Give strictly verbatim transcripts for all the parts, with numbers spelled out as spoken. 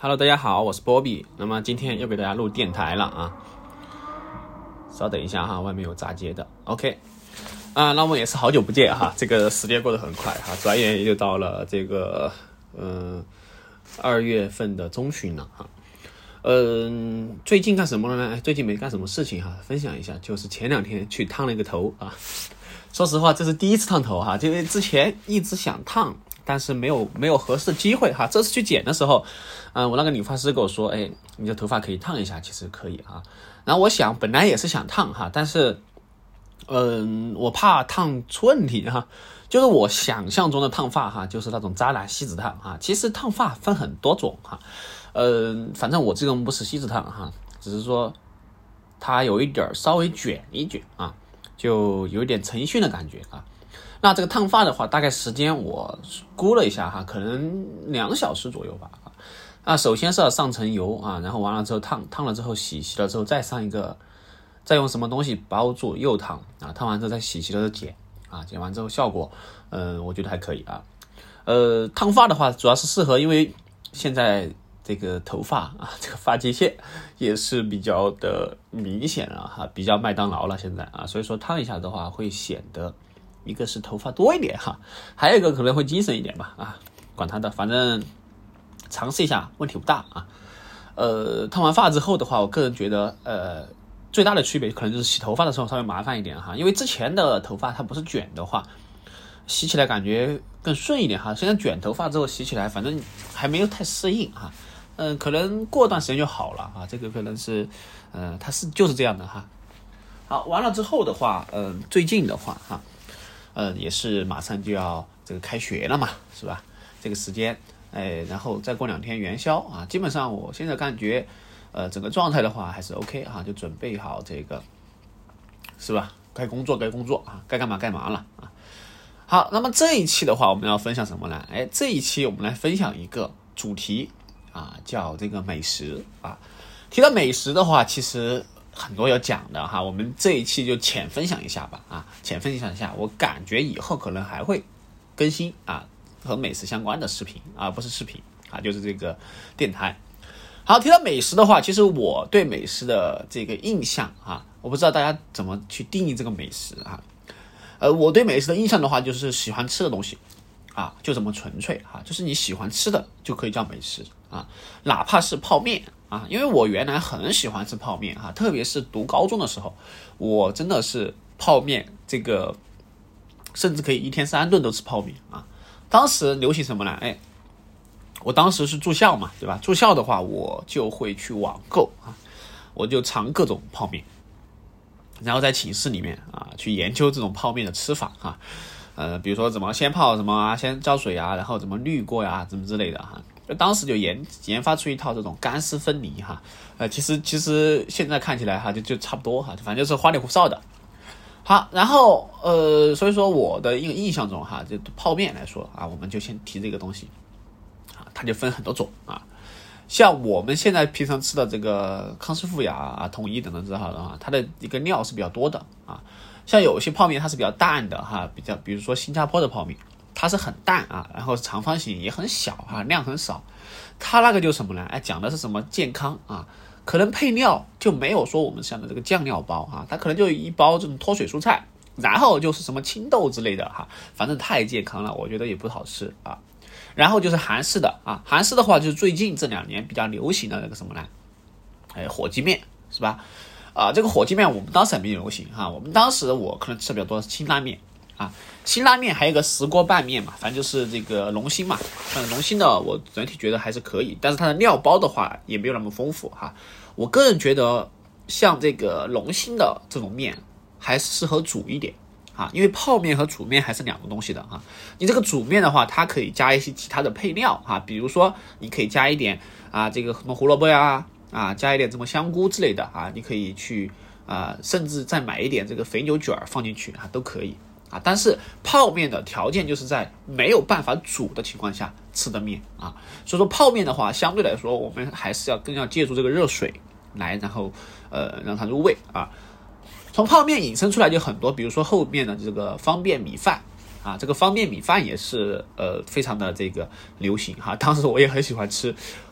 Hello， 大家好，我是波比。那么今天又给大家录电台了啊，稍等一下哈，外面有砸街的。OK， 啊，那么也是好久不见哈，这个时间过得很快哈，转眼也就到了这个嗯二月份的中旬了哈。嗯，最近干什么了呢？最近没干什么事情哈，分享一下，就是前两天去烫了一个头啊。说实话，这是第一次烫头哈，因为之前一直想烫。但是没有没有合适的机会哈，这次去剪的时候，嗯，我那个理发师跟我说，哎，你的头发可以烫一下，其实可以啊。然后我想本来也是想烫哈，但是，嗯，我怕烫出问题哈。就是我想象中的烫发哈，就是那种扎染锡纸烫哈。其实烫发分很多种哈，嗯，反正我这种不是锡纸烫哈，只是说它有一点稍微卷一卷啊，就有一点腾讯的感觉啊。那这个烫发的话，大概时间我估了一下哈，可能两小时左右吧。啊，首先是要上层油啊，然后完了之后烫，烫了之后洗，洗了之后再上一个，再用什么东西包住又烫啊，烫完之后再洗，洗了之后剪啊，剪完之后效果，嗯、呃，我觉得还可以啊。呃，烫发的话，主要是适合，因为现在这个头发啊，这个发际线也是比较的明显了哈，比较麦当劳了现在啊，所以说烫一下的话会显得。一个是头发多一点哈，还有一个可能会精神一点吧啊，管他的，反正尝试一下问题不大啊。呃，烫完发之后的话，我个人觉得呃最大的区别可能就是洗头发的时候稍微麻烦一点哈，因为之前的头发它不是卷的话，洗起来感觉更顺一点哈。现在卷头发之后洗起来，反正还没有太适应哈。嗯、呃，可能过段时间就好了啊，这个可能是呃它是就是这样的哈。好，完了之后的话，嗯、呃，最近的话哈。呃，也是马上就要这个开学了嘛，是吧？这个时间，哎，然后再过两天元宵啊，基本上我现在感觉，呃，整个状态的话还是 OK 哈、啊，就准备好这个，是吧？该工作该工作啊，该干嘛该忙了啊。好，那么这一期的话，我们要分享什么呢？哎，这一期我们来分享一个主题啊，叫这个美食啊。提到美食的话，其实。很多有讲的哈，我们这一期就浅分享一下吧啊，浅分享一下，我感觉以后可能还会更新啊和美食相关的视频啊，不是视频啊，就是这个电台。好，提到美食的话，其实我对美食的这个印象啊，我不知道大家怎么去定义这个美食啊。呃，我对美食的印象的话，就是喜欢吃的东西啊，就这么纯粹啊，就是你喜欢吃的就可以叫美食啊，哪怕是泡面。啊，因为我原来很喜欢吃泡面哈、啊，特别是读高中的时候，我真的是泡面这个，甚至可以一天三顿都吃泡面啊。当时流行什么呢？哎，我当时是住校嘛，对吧？住校的话，我就会去网购啊，我就尝各种泡面，然后在寝室里面啊去研究这种泡面的吃法哈、啊，呃，比如说怎么先泡什么啊，先浇水啊，然后怎么滤过呀、啊，怎么之类的哈、啊。当时就研研发出一套这种干湿分离哈，呃，其实其实现在看起来哈就就差不多哈，反正就是花里胡哨的。好，然后呃，所以说我的一个印象中哈，就泡面来说啊，我们就先提这个东西啊，它就分很多种啊。像我们现在平常吃的这个康师傅呀、啊、统一等等之类的话，它的一个料是比较多的啊。像有些泡面它是比较淡的哈，比较比如说新加坡的泡面。它是很淡啊，然后长方形也很小啊，量很少。它那个就是什么呢？哎，讲的是什么健康啊？可能配料就没有说我们像的这个酱料包啊，它可能就一包这种脱水蔬菜，然后就是什么青豆之类的哈，反正太健康了，我觉得也不好吃啊。然后就是韩式的啊，韩式的话就是最近这两年比较流行的那个什么呢？哎，火鸡面是吧？啊，这个火鸡面我们当时还没流行哈，我们当时我可能吃的比较多的是辛拉面。啊，辛拉面还有一个石锅拌面嘛，反正就是这个龙兴嘛。嗯，龙兴的我整体觉得还是可以，但是它的料包的话也没有那么丰富哈。我个人觉得像这个龙兴的这种面还是适合煮一点啊，因为泡面和煮面还是两个东西的哈。你这个煮面的话，它可以加一些其他的配料哈，比如说你可以加一点啊这个什么胡萝卜呀啊，加一点什么香菇之类的啊，你可以去啊，甚至再买一点这个肥牛卷放进去啊，都可以。啊，但是泡面的条件就是在没有办法煮的情况下吃的面啊，所以说泡面的话，相对来说我们还是要更要借助这个热水来，然后呃让它入味啊。从泡面引申出来就很多，比如说后面的这个方便米饭啊，这个方便米饭也是呃非常的这个流行哈。当时我也很喜欢吃，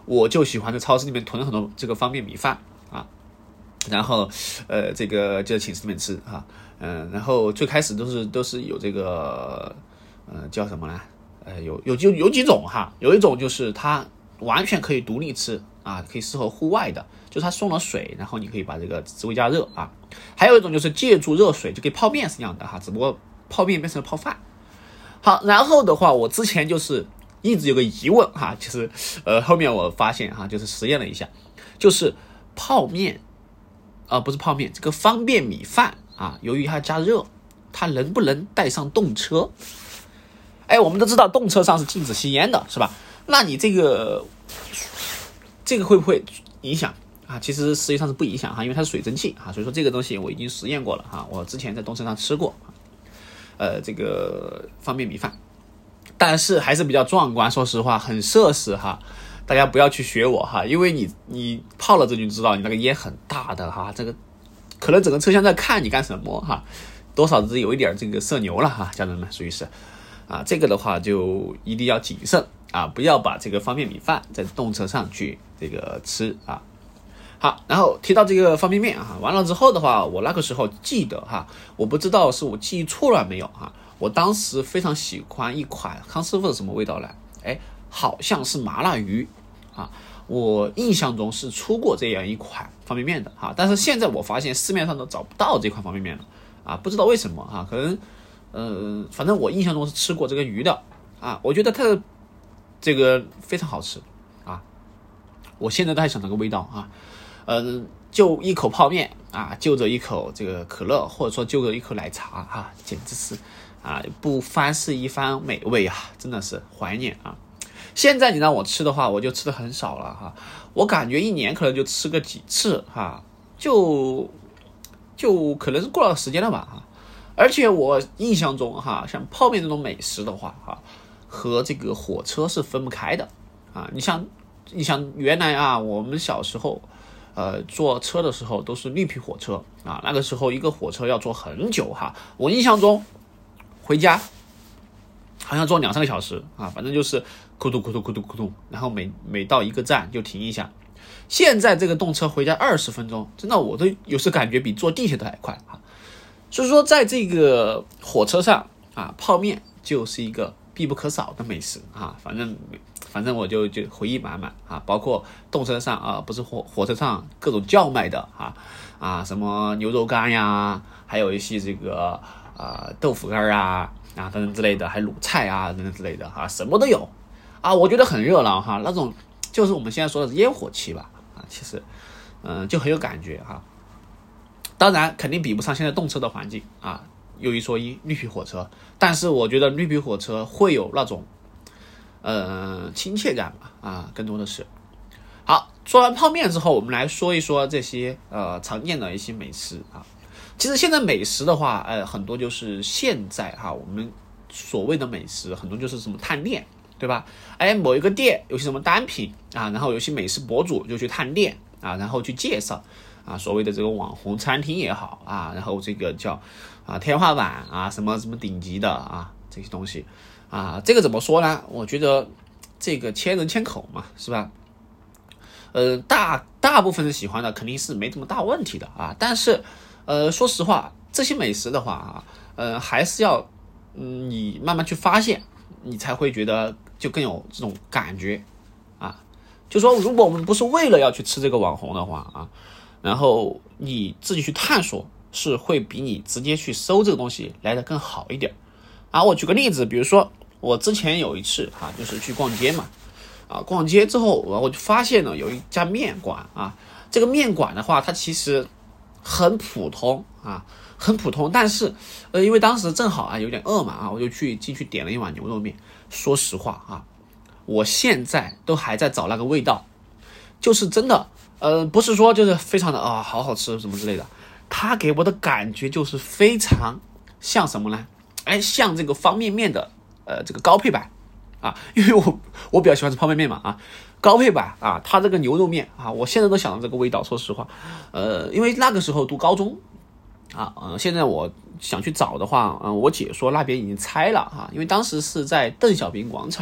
我就喜欢在超市里面囤很多这个方便米饭啊，然后呃这个就在寝室里面吃啊，嗯、呃，然后最开始都是都是有这个呃叫什么呢？呃有有有有几种哈，有一种就是它完全可以独立吃啊，可以适合户外的，就是它送了水，然后你可以把这个植物加热啊。还有一种就是借助热水，就跟泡面是一样的哈，只不过泡面变成了泡饭。好，然后的话，我之前就是一直有个疑问哈，就是呃后面我发现哈，就是实验了一下，就是泡面啊、呃、不是泡面，这个方便米饭啊，由于它加热，它能不能带上动车？哎，我们都知道动车上是禁止吸烟的，是吧？那你这个这个会不会影响啊？其实实际上是不影响哈，因为它是水蒸气啊，所以说这个东西我已经实验过了哈，我之前在动车上吃过，呃，这个方便米饭，但是还是比较壮观，说实话很奢侈哈，大家不要去学我哈，因为你你泡了这就知道，你那个烟很大的哈，这个可能整个车厢在看你干什么哈，多少是有一点这个社牛了哈，家人们，属于是啊，这个的话就一定要谨慎啊，不要把这个方便米饭在动车上去这个吃啊。好，然后提到这个方便面啊，完了之后的话，我那个时候记得哈，我不知道是我记忆错了没有哈，我当时非常喜欢一款康师傅的什么味道呢？哎，好像是麻辣鱼啊，我印象中是出过这样一款方便面的哈，但是现在我发现市面上都找不到这款方便面了啊，不知道为什么哈，可能呃，反正我印象中是吃过这个鱼的啊，我觉得它的这个非常好吃啊，我现在都还想那个味道啊。嗯，就一口泡面啊，就着一口这个可乐，或者说就着一口奶茶啊，简直是啊，不翻是一番美味啊，真的是怀念啊。现在你让我吃的话，我就吃的很少了哈，我感觉一年可能就吃个几次哈，就就可能是过了时间了吧哈。而且我印象中哈，像泡面这种美食的话哈，和这个火车是分不开的啊。你像你想原来啊，我们小时候。呃，坐车的时候都是绿皮火车啊，那个时候一个火车要坐很久哈，我印象中回家好像坐两三个小时啊，反正就是咕嘟咕嘟咕嘟咕嘟，然后每每到一个站就停一下。现在这个动车回家二十分钟，真的我都有时感觉比坐地铁都还快啊。所以说，在这个火车上啊，泡面就是一个必不可少的美食啊，反正。反正我就就回忆满满啊，包括动车上啊，不是火火车上各种叫卖的啊啊，什么牛肉干呀，还有一些这个啊豆腐干啊啊等等之类的，还卤菜啊等等之类的哈、啊，什么都有啊，我觉得很热闹哈，那种就是我们现在说的烟火气吧啊，其实嗯就很有感觉哈。当然肯定比不上现在动车的环境啊，有一说一，绿皮火车，但是我觉得绿皮火车会有那种。呃，亲切感吧，啊，更多的是。好，说完泡面之后，我们来说一说这些呃常见的一些美食啊。其实现在美食的话，呃，很多就是现在哈，我们所谓的美食，很多就是什么探店，对吧？哎，某一个店有些什么单品啊，然后有些美食博主就去探店啊，然后去介绍啊，所谓的这个网红餐厅也好啊，然后这个叫啊天花板啊，什么什么顶级的啊这些东西。啊，这个怎么说呢？我觉得这个千人千口嘛，是吧？呃，大大部分人喜欢的肯定是没这么大问题的啊。但是，呃，说实话，这些美食的话啊，呃，还是要嗯，你慢慢去发现，你才会觉得就更有这种感觉啊。就说如果我们不是为了要去吃这个网红的话啊，然后你自己去探索，是会比你直接去搜这个东西来得更好一点啊。我举个例子，比如说。我之前有一次啊，就是去逛街嘛，啊，逛街之后我就发现了有一家面馆啊，这个面馆的话，它其实很普通啊，很普通，但是呃，因为当时正好啊有点饿嘛啊，我就去进去点了一碗牛肉面。说实话啊，我现在都还在找那个味道，就是真的呃，不是说就是非常的啊好好吃什么之类的，它给我的感觉就是非常像什么呢？哎，像这个方便面的。呃，这个高配版啊，因为我我比较喜欢吃泡面面嘛啊，高配版啊，它这个牛肉面啊，我现在都想到这个味道。说实话，呃，因为那个时候读高中啊，呃，现在我想去找的话，嗯、呃，我姐说那边已经拆了啊，因为当时是在邓小平广场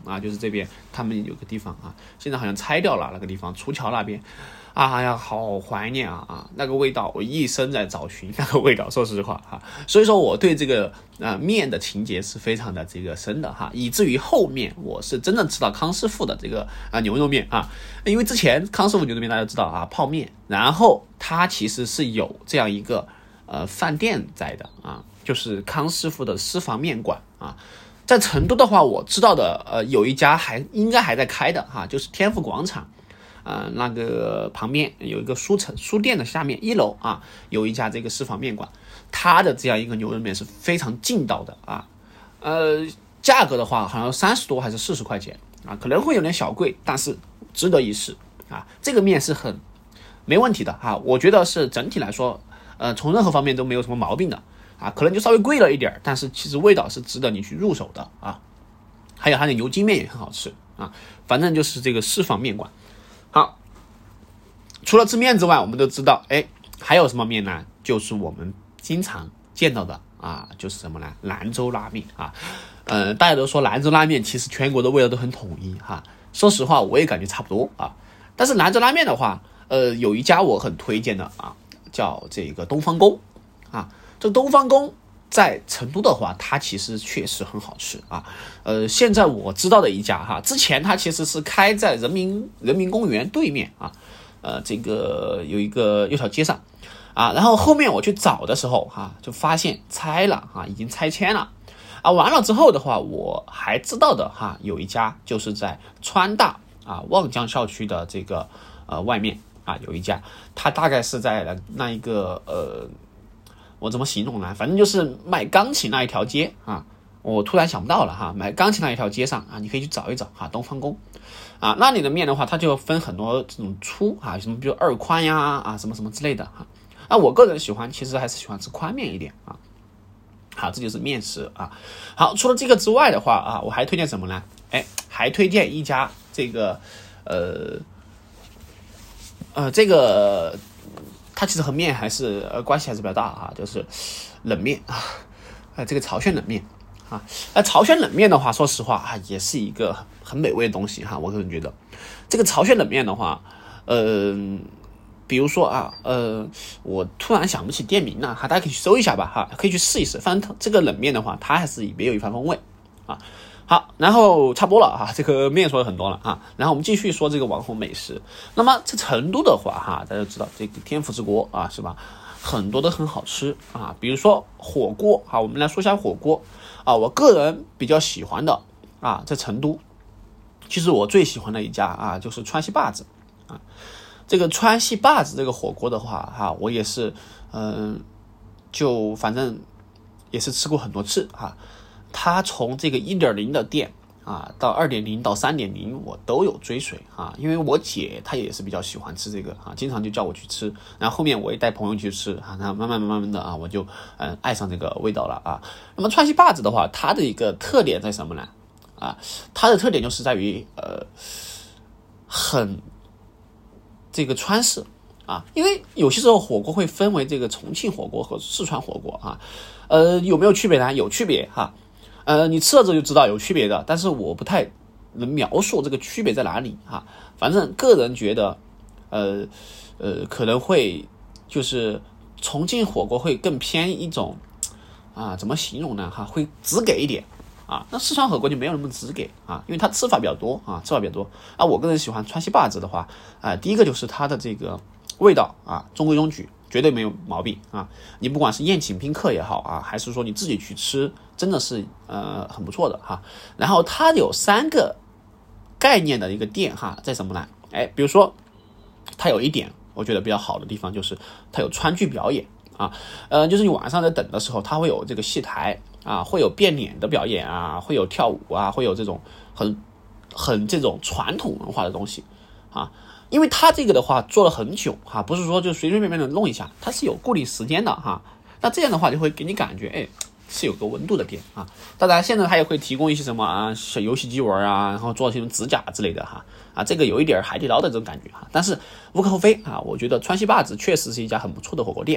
啊，就是这边他们有个地方啊，现在好像拆掉了那个地方，楚桥那边。啊呀，好怀念啊啊！那个味道，我一生在找寻那个味道。说实话哈，所以说我对这个呃面的情节是非常的这个深的哈，以至于后面我是真正吃到康师傅的这个啊牛肉面啊，因为之前康师傅牛肉面大家知道啊泡面，然后它其实是有这样一个呃饭店在的啊，就是康师傅的私房面馆啊。在成都的话，我知道的呃有一家还应该还在开的哈，就是天府广场。呃，那个旁边有一个书城书店的下面一楼啊，有一家这个私房面馆，它的这样一个牛肉面是非常劲道的啊，呃，价格的话好像三十多还是四十块钱啊，可能会有点小贵，但是值得一试啊。这个面是很没问题的哈、啊，我觉得是整体来说，呃，从任何方面都没有什么毛病的啊，可能就稍微贵了一点，但是其实味道是值得你去入手的啊。还有它的牛筋面也很好吃啊，反正就是这个私房面馆。好，除了吃面之外，我们都知道，哎，还有什么面呢？就是我们经常见到的啊，就是什么呢？兰州拉面啊，呃，大家都说兰州拉面其实全国的味道都很统一哈。说实话，我也感觉差不多啊。但是兰州拉面的话，呃，有一家我很推荐的啊，叫这个东方宫啊。这个东方宫在成都的话，它其实确实很好吃啊。呃，现在我知道的一家哈，之前它其实是开在人民人民公园对面啊，呃，这个有一个有条街上啊，然后后面我去找的时候哈、啊，就发现拆了啊，已经拆迁了啊。完了之后的话，我还知道的哈、啊，有一家就是在川大啊望江校区的这个呃外面啊有一家，它大概是在那一个呃。我怎么形容呢？反正就是卖钢琴那一条街啊，我突然想不到了哈。买钢琴那一条街上啊，你可以去找一找哈，东方宫啊，那里的面的话，它就分很多这种粗啊，什么比如二宽呀啊，什么什么之类的哈。那我个人喜欢，其实还是喜欢吃宽面一点啊。好，这就是面食啊。好，除了这个之外的话啊，我还推荐什么呢？哎，还推荐一家这个呃呃这个。它其实和面还是呃关系还是比较大啊，就是冷面啊，呃这个朝鲜冷面啊，那朝鲜冷面的话，说实话啊，也是一个很美味的东西哈，我个人觉得这个朝鲜冷面的话，呃，比如说啊，呃，我突然想不起店名了哈，大家可以去搜一下吧哈，可以去试一试，反正这个冷面的话，它还是别有一番风味啊。好，然后差不多了哈，这个面说了很多了啊，然后我们继续说这个网红美食。那么在成都的话哈，大家都知道这个天府之国啊，是吧？很多都很好吃啊，比如说火锅啊，我们来说一下火锅啊，我个人比较喜欢的啊，在成都，其实我最喜欢的一家啊，就是川西坝子啊。这个川西坝子这个火锅的话哈，我也是嗯、呃，就反正也是吃过很多次哈。它从这个 一点零 的店啊到 二点零 到 三点零 我都有追随啊，因为我姐她也是比较喜欢吃这个啊，经常就叫我去吃，然后后面我也带朋友去吃啊，然后慢慢慢慢的啊，我就嗯爱上这个味道了啊。那么川西坝子的话，它的一个特点在什么呢？啊，它的特点就是在于呃很这个川式啊，因为有些时候火锅会分为这个重庆火锅和四川火锅啊，呃有没有区别呢？有区别哈。呃，你吃了之后就知道有区别的，但是我不太能描述这个区别在哪里哈。反正个人觉得，呃呃，可能会就是重庆火锅会更偏一种啊，怎么形容呢？哈，会直给一点啊。那四川火锅就没有那么直给啊，因为它吃法比较多啊，吃法比较多啊。我个人喜欢川西坝子的话，啊、呃，第一个就是它的这个味道啊，中规中矩。绝对没有毛病啊！你不管是宴请宾客也好啊，还是说你自己去吃，真的是呃很不错的哈。然后它有三个概念的一个店哈，在什么呢？哎，比如说它有一点我觉得比较好的地方就是它有川剧表演啊，呃，就是你晚上在等的时候，它会有这个戏台啊，会有变脸的表演啊，会有跳舞啊，会有这种很很这种传统文化的东西啊。因为它这个的话做了很久哈，不是说就随随便便的弄一下，它是有固定时间的哈。那这样的话就会给你感觉，哎，是有个温度的店啊。当然，现在它也会提供一些什么啊小游戏机玩啊，然后做一些指甲之类的哈啊，这个有一点海底捞的这种感觉哈。但是无可厚非啊，我觉得川西坝子确实是一家很不错的火锅店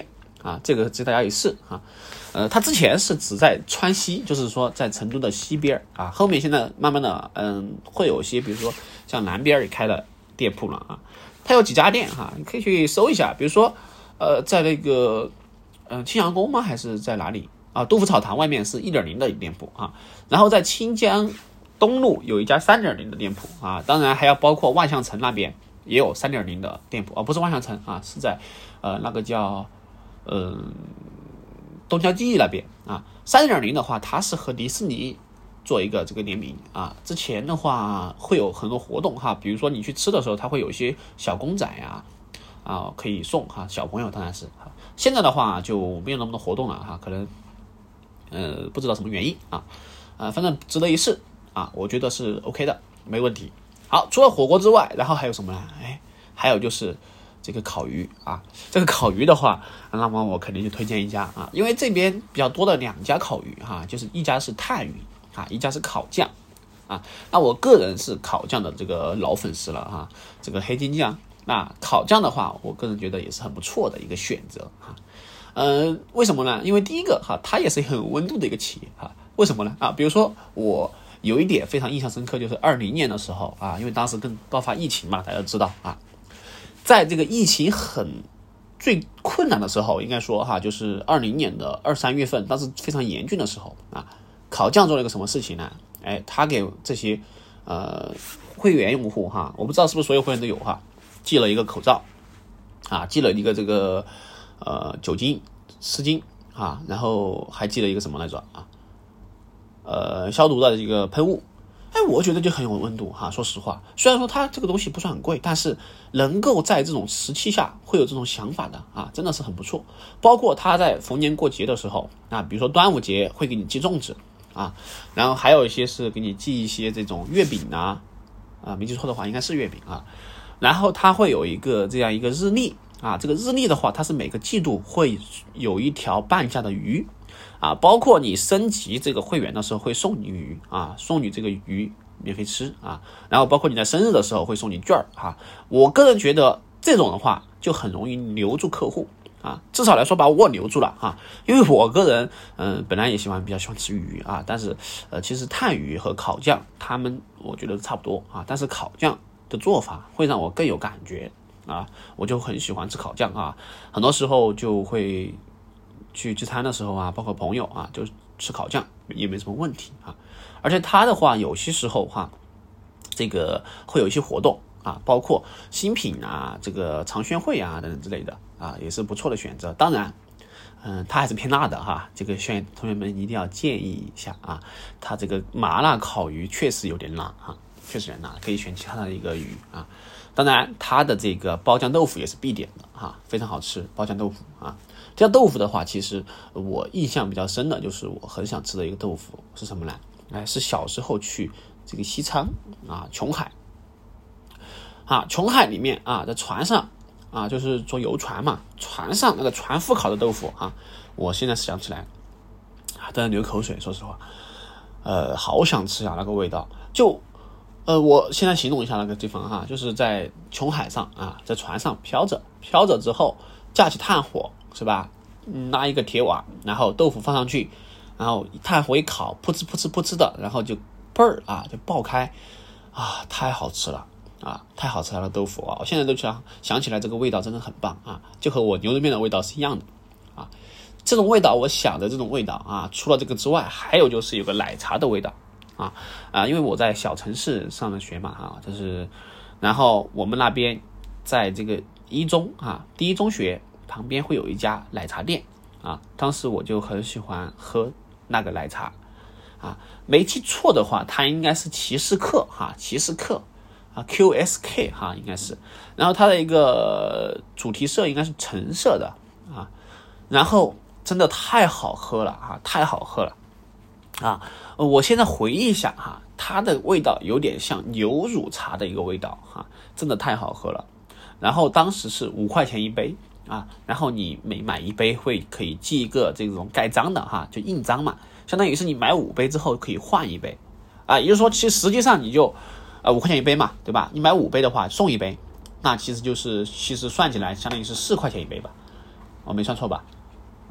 啊，这个值得大家一试啊。呃，它之前是只在川西，就是说在成都的西边啊，后面现在慢慢的嗯会有一些，比如说像南边也开了店铺了啊。它有几家店哈、啊，你可以去搜一下，比如说呃在那个嗯、呃、青阳宫吗？还是在哪里啊？杜甫草堂外面是 一点零 的店铺啊，然后在清江东路有一家 三点零 的店铺啊，当然还要包括万象城那边也有 三点零 的店铺，而、啊、不是万象城啊，是在呃那个叫呃东郊记忆那边啊。三点零 的话，它是和迪士尼做一个这个联名啊。之前的话会有很多活动哈，比如说你去吃的时候，它会有一些小公仔呀啊可以送哈，小朋友当然是哈。现在的话就没有那么多活动了哈，可能呃不知道什么原因啊啊，反正值得一试啊，我觉得是 OK 的，没问题。好，除了火锅之外，然后还有什么呢？哎，还有就是这个烤鱼啊，这个烤鱼的话，那么我肯定就推荐一家啊，因为这边比较多的两家烤鱼哈、啊，就是一家是炭鱼啊，一家是烤酱啊。那我个人是烤酱的这个老粉丝了哈、啊，这个黑金酱。那烤酱的话，我个人觉得也是很不错的一个选择哈。呃，为什么呢？因为第一个哈，它也是很有温度的一个企业哈。为什么呢？啊，比如说我有一点非常印象深刻，就是二零年的时候啊，因为当时跟爆发疫情嘛，大家都知道啊。在这个疫情很最困难的时候，应该说哈，就是二零年的二三月份，当时非常严峻的时候啊，烤酱做了一个什么事情呢？哎，他给这些呃会员用户哈，我不知道是不是所有会员都有哈，寄了一个口罩啊，寄了一个这个呃酒精湿巾啊，然后还寄了一个什么来着啊？呃，消毒的这个喷雾。哎，我觉得就很有温度哈。说实话，虽然说它这个东西不算很贵，但是能够在这种时期下会有这种想法的啊，真的是很不错。包括他在逢年过节的时候啊，比如说端午节会给你寄粽子啊，然后还有一些是给你寄一些这种月饼啊，啊，没记错的话应该是月饼啊。然后它会有一个这样一个日历啊，这个日历的话，它是每个季度会有一条半价的鱼。啊，包括你升级这个会员的时候会送你鱼啊，送你这个鱼免费吃啊，然后包括你在生日的时候会送你券儿哈。我个人觉得这种的话就很容易留住客户啊，至少来说把我留住了哈。因为我个人嗯、呃、本来也喜欢比较喜欢吃鱼啊，但是呃其实炭鱼和烤酱他们我觉得差不多啊，但是烤酱的做法会让我更有感觉啊，我就很喜欢吃烤酱啊，很多时候就会。去聚餐的时候啊，包括朋友啊，就吃烤酱也没什么问题啊。而且它的话，有些时候哈、啊，这个会有一些活动啊，包括新品啊，这个长宣会啊等等之类的啊，也是不错的选择。当然，嗯，它还是偏辣的哈，这个学员同学们一定要建议一下啊，它这个麻辣烤鱼确实有点辣哈，确实有点辣，可以选其他的一个鱼啊。当然，它的这个包酱豆腐也是必点的哈，非常好吃，包酱豆腐啊。这豆腐的话，其实我印象比较深的就是我很想吃的一个豆腐是什么呢？哎，是小时候去这个西昌啊，琼海啊，琼海里面啊，在船上啊，就是坐游船嘛，船上那个船夫烤的豆腐啊，我现在是想起来啊，在流口水，说实话，呃，好想吃啊，那个味道。就呃，我现在形容一下那个地方哈，就是在琼海上啊，在船上飘着，飘着之后架起炭火。是吧？嗯，拿一个铁瓦，然后豆腐放上去，然后炭火一烤，噗哧噗哧噗哧的，然后就嘣儿啊就爆开，啊，太好吃了啊，太好吃了豆腐啊！我现在都想想起来这个味道真的很棒啊，就和我牛肉面的味道是一样的啊。这种味道，我想的这种味道啊，除了这个之外，还有就是有个奶茶的味道啊啊，因为我在小城市上的学嘛哈、啊，就是，然后我们那边在这个一中啊，第一中学。旁边会有一家奶茶店啊，当时我就很喜欢喝那个奶茶啊，没记错的话，它应该是奇士克哈，奇士克啊 Q S K 哈应该是，然后它的一个主题色应该是橙色的啊，然后真的太好喝了啊，太好喝了啊！我现在回忆一下哈，它的味道有点像牛乳茶的一个味道哈，真的太好喝了。然后当时是五块钱一杯。啊，然后你每买一杯会可以寄一个这种盖章的哈，就印章嘛，相当于是你买五杯之后可以换一杯，啊，也就是说，其实实际上你就，呃，五块钱一杯嘛，对吧？你买五杯的话送一杯，那其实就是其实算起来相当于是四块钱一杯吧，我没算错吧？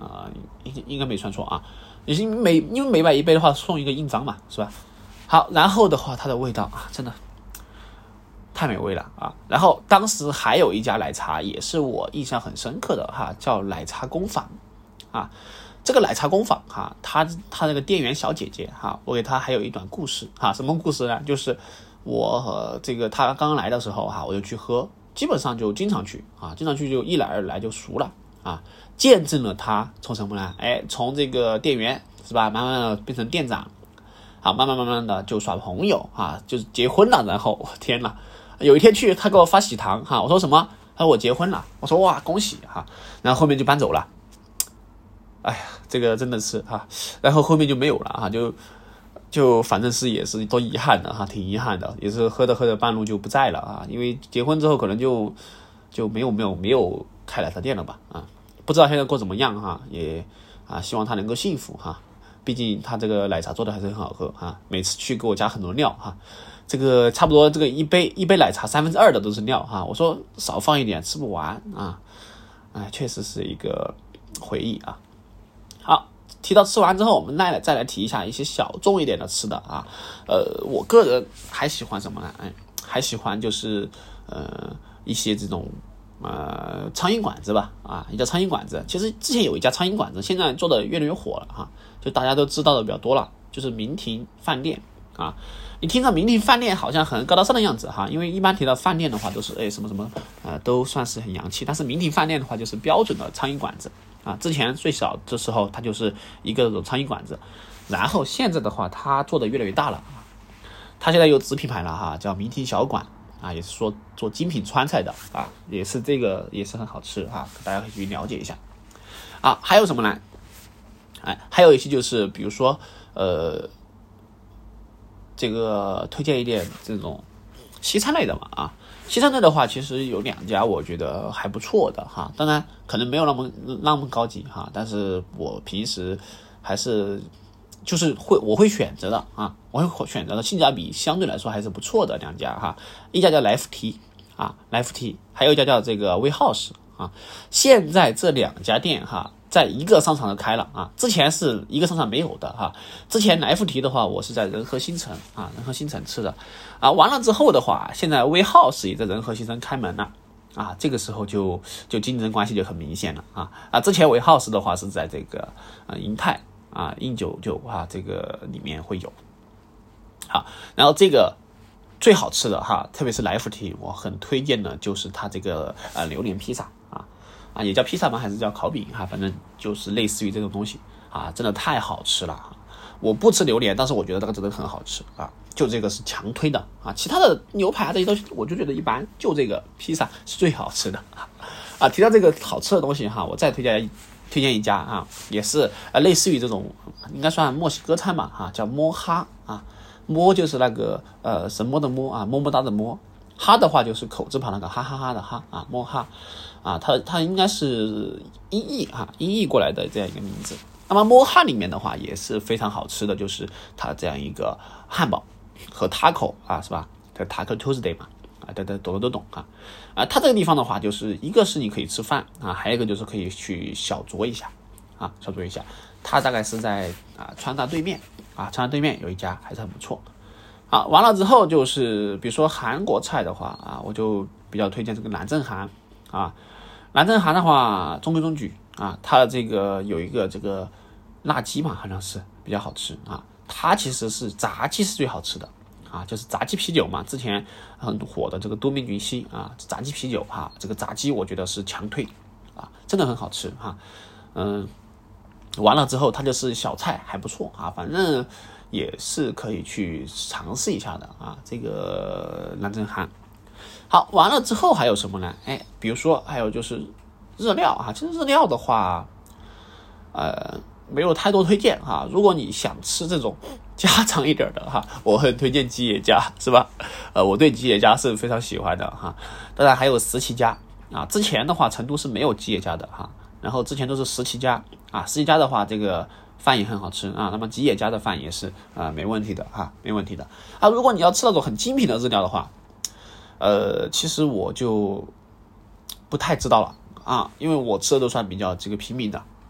啊、呃，应应该没算错啊。已经每因为每买一杯的话送一个印章嘛，是吧？好，然后的话它的味道啊，真的太美味了啊！然后当时还有一家奶茶也是我印象很深刻的哈，叫奶茶工坊啊。这个奶茶工坊哈，他他那个店员小姐姐哈，我给她还有一段故事哈。什么故事呢？就是我和这个她刚刚来的时候哈，我就去喝，基本上就经常去啊，经常去就一来二来就熟了啊，见证了她从什么呢？哎，从这个店员是吧，慢慢的变成店长，啊，慢慢慢慢的就耍朋友啊，就是结婚了。然后我天哪，有一天去她给我发喜糖哈，我说什么？她说我结婚了，我说哇恭喜哈，然后后面就搬走了。哎呀，这个真的是哈，然后后面就没有了哈，就就反正是也是多遗憾的哈，挺遗憾的，也是喝着喝着半路就不在了啊，因为结婚之后可能就就没有没有没有开奶茶店了吧啊，不知道现在过怎么样哈，也啊希望他能够幸福哈，毕竟他这个奶茶做的还是很好喝哈，每次去给我加很多料哈，这个差不多这个一杯一杯奶茶三分之二的都是料哈，我说少放一点吃不完啊，哎，确实是一个回忆啊。好，提到吃完之后，我们再来再来提一下一些小众一点的吃的啊。呃，我个人还喜欢什么呢？哎，还喜欢就是呃一些这种呃苍蝇馆子吧啊，一家苍蝇馆子。其实之前有一家苍蝇馆子，现在做的越来越火了哈，就大家都知道的比较多了，就是明庭饭店啊。你听到明庭饭店好像很高大上的样子哈，因为一般提到饭店的话都是哎什么什么呃都算是很洋气，但是明庭饭店的话就是标准的苍蝇馆子。啊，之前最小的时候它就是一个苍蝇馆子，然后现在的话它做的越来越大了，它现在有子品牌了哈，叫明庭小馆啊，也是说做精品川菜的啊，也是这个也是很好吃啊，大家可以去了解一下啊。还有什么呢？哎，还有一些就是比如说呃，这个推荐一点这种西餐类的嘛啊。西餐类的话，其实有两家我觉得还不错的哈，当然可能没有那么那么高级哈，但是我平时还是就是会我会选择的啊，我会选择的性价比相对来说还是不错的两家哈，一家叫来福提啊，来福提，还有一家叫这个威 house 啊，现在这两家店哈，在一个商场就开了啊，之前是一个商场没有的哈。之前来福提的话，我是在仁和新城啊，仁和新城吃的啊。完了之后的话，现在威 house 也在仁和新城开门了啊，这个时候就就竞争关系就很明显了啊啊。之前威 house 的话是在这个呃银泰啊英九九啊这个里面会有。好，然后这个最好吃的哈，特别是来福提，我很推荐的就是它这个呃榴莲披萨啊。啊，也叫披萨吗？还是叫烤饼哈？反正就是类似于这种东西啊，真的太好吃了。我不吃榴莲，但是我觉得这个真的很好吃啊，就这个是强推的啊。其他的牛排这些东西，我就觉得一般，就这个披萨是最好吃的啊。提到这个好吃的东西哈，我再推荐推荐一家啊，也是呃类似于这种，应该算墨西哥餐吧哈，叫摸哈啊，摸就是那个呃什么的摸啊，么么哒的摸。哈的话就是口字旁那个哈哈哈的哈啊，摸哈啊，它它应该是音译哈，音译过来的这样一个名字。那么摸哈里面的话也是非常好吃的，就是它这样一个汉堡和 taco 啊，是吧？它 taco Tuesday 嘛，啊，大家懂的都懂啊。啊，它这个地方的话，就是一个是你可以吃饭啊，还有一个就是可以去小酌一下啊，小酌一下。它大概是在啊川大对面啊，川大对面有一家还是很不错。啊，完了之后就是比如说韩国菜的话啊，我就比较推荐这个南正涵啊。南正涵的话中规中矩啊，它这个有一个这个辣鸡嘛，好像是比较好吃啊。它其实是炸鸡是最好吃的啊，就是炸鸡啤酒嘛，之前很火的这个都敏俊熙啊，炸鸡啤酒哈、啊，这个炸鸡我觉得是强推啊，真的很好吃哈、啊。嗯，完了之后它就是小菜还不错啊，反正也是可以去尝试一下的啊，这个南正涵。好，完了之后还有什么呢？哎，比如说还有就是日料啊，其实日料的话，呃，没有太多推荐哈。如果你想吃这种家常一点的哈，我很推荐吉野家，是吧？呃，我对吉野家是非常喜欢的哈。当然还有十七家啊，之前的话成都是没有吉野家的哈，然后之前都是十七家啊，十七家的话这个饭也很好吃啊，那么吉野家的饭也是啊、呃、没问题的哈，没问题的啊。如果你要吃那种很精品的日料的话，呃，其实我就不太知道了啊，因为我吃的都算比较这个平民的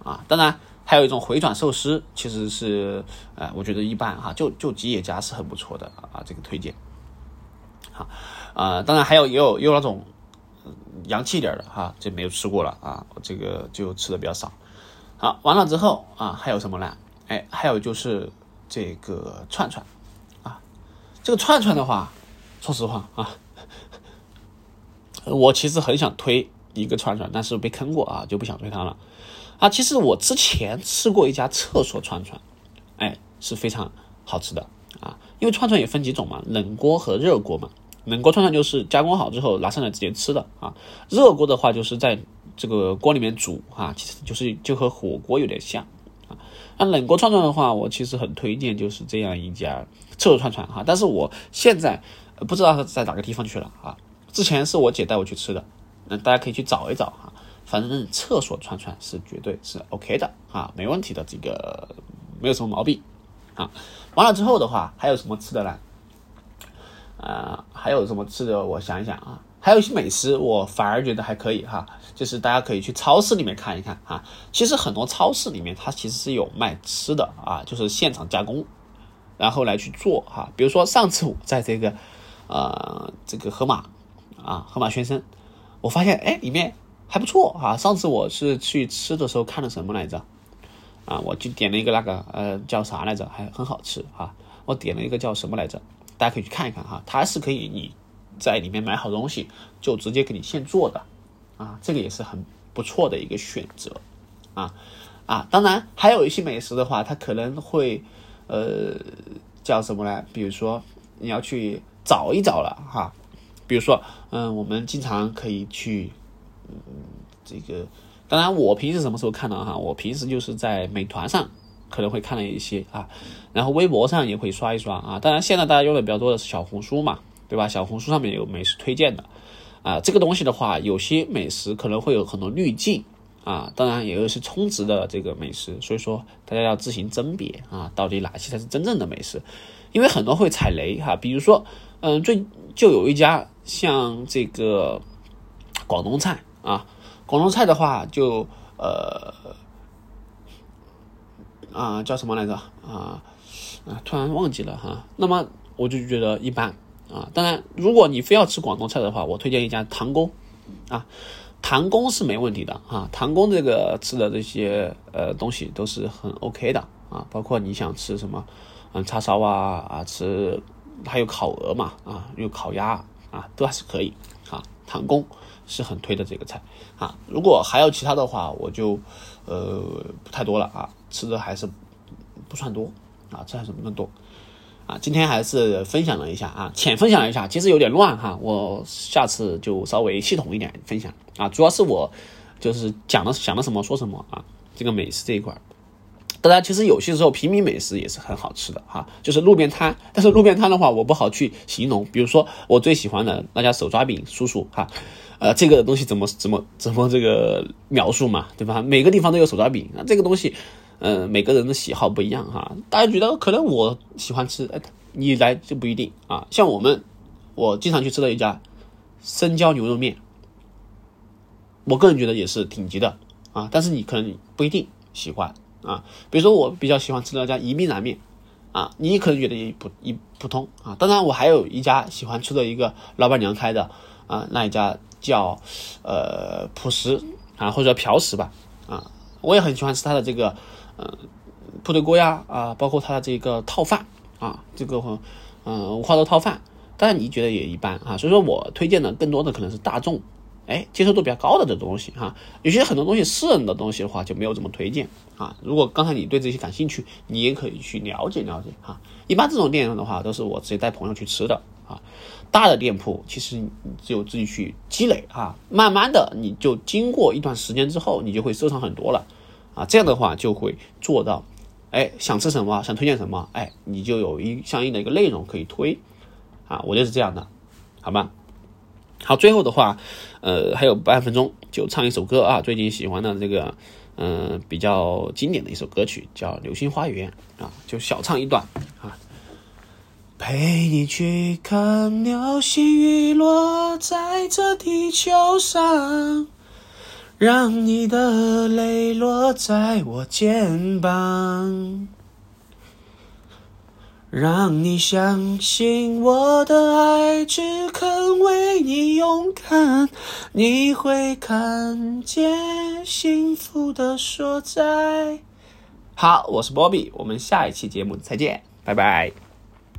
啊。当然还有一种回转寿司，其实是呃我觉得一般哈，就就吉野家是很不错的啊，这个推荐。好，呃，当然还有也有也有那种洋气一点的哈，这没有吃过了啊，我这个就吃的比较少。好，完了之后啊，还有什么呢？哎，还有就是这个串串啊，这个串串的话，说实话啊，我其实很想推一个串串，但是被坑过啊，就不想推它了啊。其实我之前吃过一家厕所串串，哎，是非常好吃的啊，因为串串也分几种嘛，冷锅和热锅嘛。冷锅串串就是加工好之后拿上来直接吃的啊，热锅的话就是在这个锅里面煮啊，其实就是就和火锅有点像啊。那冷锅串串的话，我其实很推荐就是这样一家厕所串串哈，但是我现在不知道在哪个地方去了啊。之前是我姐带我去吃的，那大家可以去找一找哈。反正厕所串串是绝对是 OK 的啊，没问题的，这个没有什么毛病啊。完了之后的话，还有什么吃的呢？呃，还有什么吃的？我想一想啊，还有一些美食，我反而觉得还可以哈，就是大家可以去超市里面看一看啊。其实很多超市里面它其实是有卖吃的啊，就是现场加工，然后来去做哈。比如说上次我在这个呃这个盒马啊盒马鲜生，我发现哎里面还不错啊。上次我是去吃的时候看了什么来着啊？我就点了一个那个呃叫啥来着，还很好吃啊。我点了一个叫什么来着？大家可以去看一看哈，它是可以你在里面买好东西就直接给你现做的啊，这个也是很不错的一个选择啊啊。当然还有一些美食的话，它可能会呃叫什么呢？比如说你要去找一找了哈，比如说嗯、呃，我们经常可以去嗯这个，当然我平时什么时候看到哈？我平时就是在美团上可能会看了一些啊，然后微博上也会刷一刷啊。当然现在大家用的比较多的是小红书嘛，对吧？小红书上面有美食推荐的啊。这个东西的话，有些美食可能会有很多滤镜啊，当然也有是充值的这个美食，所以说大家要自行甄别啊，到底哪些才是真正的美食？因为很多会踩雷哈，比如说嗯，最就有一家像这个广东菜啊，广东菜的话就呃。啊，叫什么来着啊？啊，突然忘记了哈。那么我就觉得一般啊。当然，如果你非要吃广东菜的话，我推荐一家唐宫啊。唐宫是没问题的啊。唐宫这个吃的这些呃东西都是很 OK 的啊。包括你想吃什么，嗯，叉烧啊啊，吃还有烤鹅嘛啊，有烤鸭啊，都还是可以啊。唐宫是很推的这个菜啊。如果还有其他的话，我就呃不太多了啊。吃的还是不算多啊，吃还是不算多啊。今天还是分享了一下啊，浅分享了一下，其实有点乱哈，我下次就稍微系统一点分享啊。主要是我就是讲的想的什么说什么啊，这个美食这一块。当然，其实有些时候平民美食也是很好吃的哈，就是路边摊。但是路边摊的话，我不好去形容。比如说我最喜欢的那家手抓饼叔叔哈，呃，这个东西怎么怎么怎么这个描述嘛，对吧？每个地方都有手抓饼，那这个东西。呃，每个人的喜好不一样哈，大家觉得可能我喜欢吃，哎，你来就不一定啊。像我们，我经常去吃的一家生椒牛肉面，我个人觉得也是挺级的啊，但是你可能不一定喜欢啊。比如说我比较喜欢吃的那家宜宾燃面啊，你可能觉得也普一普通啊。当然我还有一家喜欢吃的一个老板娘开的啊，那一家叫呃朴实啊，或者叫朴实吧啊，我也很喜欢吃它的这个。呃，部队锅呀啊，包括它的这个套饭啊，这个嗯、呃、五花肉套饭，当然你觉得也一般啊，所以说我推荐的更多的可能是大众，哎，接受度比较高的这东西哈、啊。有些很多东西私人的东西的话就没有这么推荐啊。如果刚才你对这些感兴趣，你也可以去了解了解哈、啊。一般这种店的话，都是我直接带朋友去吃的啊。大的店铺其实你只有自己去积累啊，慢慢的你就经过一段时间之后，你就会收藏很多了。啊，这样的话就会做到，哎，想吃什么，想推荐什么，哎，你就有一相应的一个内容可以推，啊，我觉得是这样的，好吧？好，最后的话，呃，还有半分钟就唱一首歌啊，最近喜欢的这个，嗯、呃，比较经典的一首歌曲叫《流星花园》啊，就小唱一段啊。陪你去看流星雨落在这地球上。 让你的泪落在我肩膀，让你相信我的爱只肯为你勇敢，你会看见幸福的所在。好，我是波比，我们下一期节目再见，拜拜。